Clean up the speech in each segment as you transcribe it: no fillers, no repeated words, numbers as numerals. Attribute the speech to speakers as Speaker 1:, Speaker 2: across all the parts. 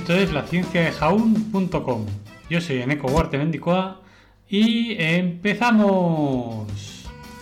Speaker 1: Esto es lacienciadejaun.com. Yo soy Eneco Huarte Mendicoa y empezamos.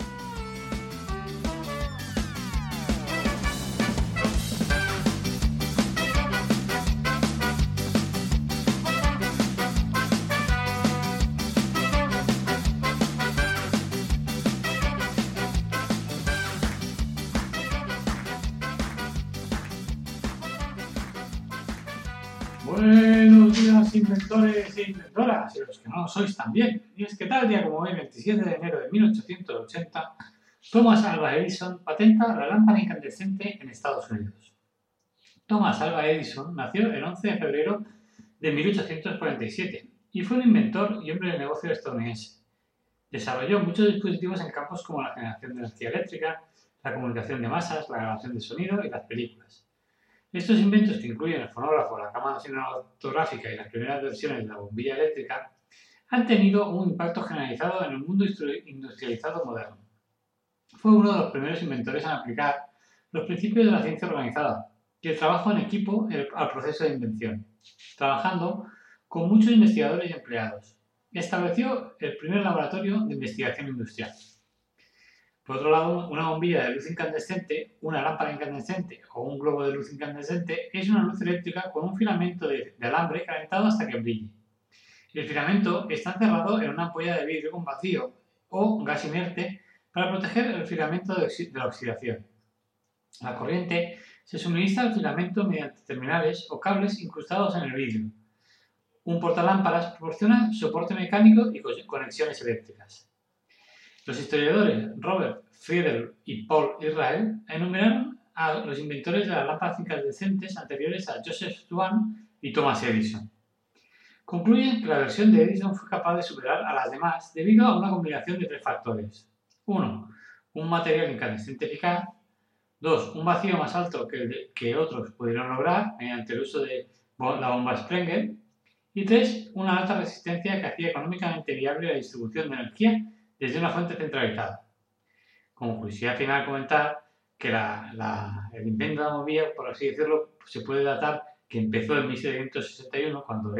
Speaker 1: Buenos días, inventores e inventoras, y los que no lo sois también. Y es que tal día como hoy, 27 de enero de 1880, Thomas Alva Edison patenta la lámpara incandescente en Estados Unidos. Thomas Alva Edison nació el 11 de febrero de 1847 y fue un inventor y hombre de negocio estadounidense. Desarrolló muchos dispositivos en campos como la generación de energía eléctrica, la comunicación de masas, la grabación de sonido y las películas. Estos inventos, que incluyen el fonógrafo, la cámara cinematográfica y las primeras versiones de la bombilla eléctrica, han tenido un impacto generalizado en el mundo industrializado moderno. Fue uno de los primeros inventores en aplicar los principios de la ciencia organizada y el trabajo en equipo al proceso de invención, trabajando con muchos investigadores y empleados. Estableció el primer laboratorio de investigación industrial. Por otro lado, una bombilla de luz incandescente, una lámpara incandescente o un globo de luz incandescente es una luz eléctrica con un filamento de alambre calentado hasta que brille. El filamento está encerrado en una ampolla de vidrio con vacío o gas inerte para proteger el filamento de la oxidación. La corriente se suministra al filamento mediante terminales o cables incrustados en el vidrio. Un portalámparas proporciona soporte mecánico y conexiones eléctricas. Los historiadores Robert Friedel y Paul Israel enumeraron a los inventores de las lámparas incandescentes anteriores a Joseph Swan y Thomas Edison. Concluyen que la versión de Edison fue capaz de superar a las demás debido a una combinación de tres factores. 1. Un material incandescente eficaz. 2. Un vacío más alto que otros pudieron lograr mediante el uso de la bomba Sprenger. Y 3. Una alta resistencia que hacía económicamente viable la distribución de energía desde una fuente centralizada. Como curiosidad final, comentar que el invento de la bombilla, por así decirlo, se puede datar que empezó en 1761 cuando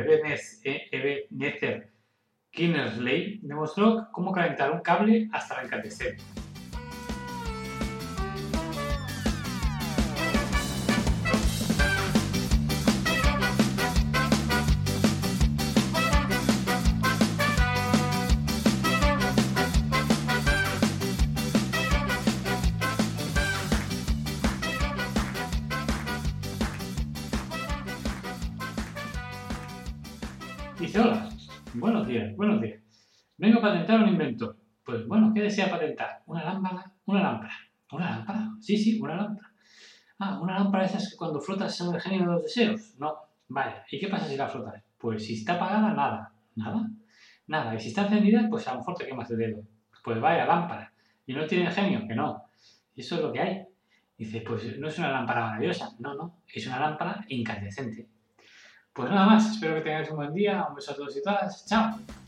Speaker 1: Ebenezer Kinnersley demostró cómo calentar un cable hasta encandecer. Dice, hola, buenos días. Vengo a patentar un invento. Pues bueno, ¿qué desea patentar? ¿Una lámpara? ¿Una lámpara? Sí, una lámpara. ¿Una lámpara esas que cuando frotas sale el genio de los deseos? No, vaya, ¿y qué pasa si la frotas? Pues si está apagada, nada. ¿Nada? Y si está encendida, pues a lo mejor te quemas el dedo. Pues vaya, lámpara. ¿Y no tiene genio? Que no. Y eso es lo que hay. Dice, pues no es una lámpara maravillosa. No, es una lámpara incandescente. Pues nada más, espero que tengáis un buen día, un beso a todos y todas, ¡chao!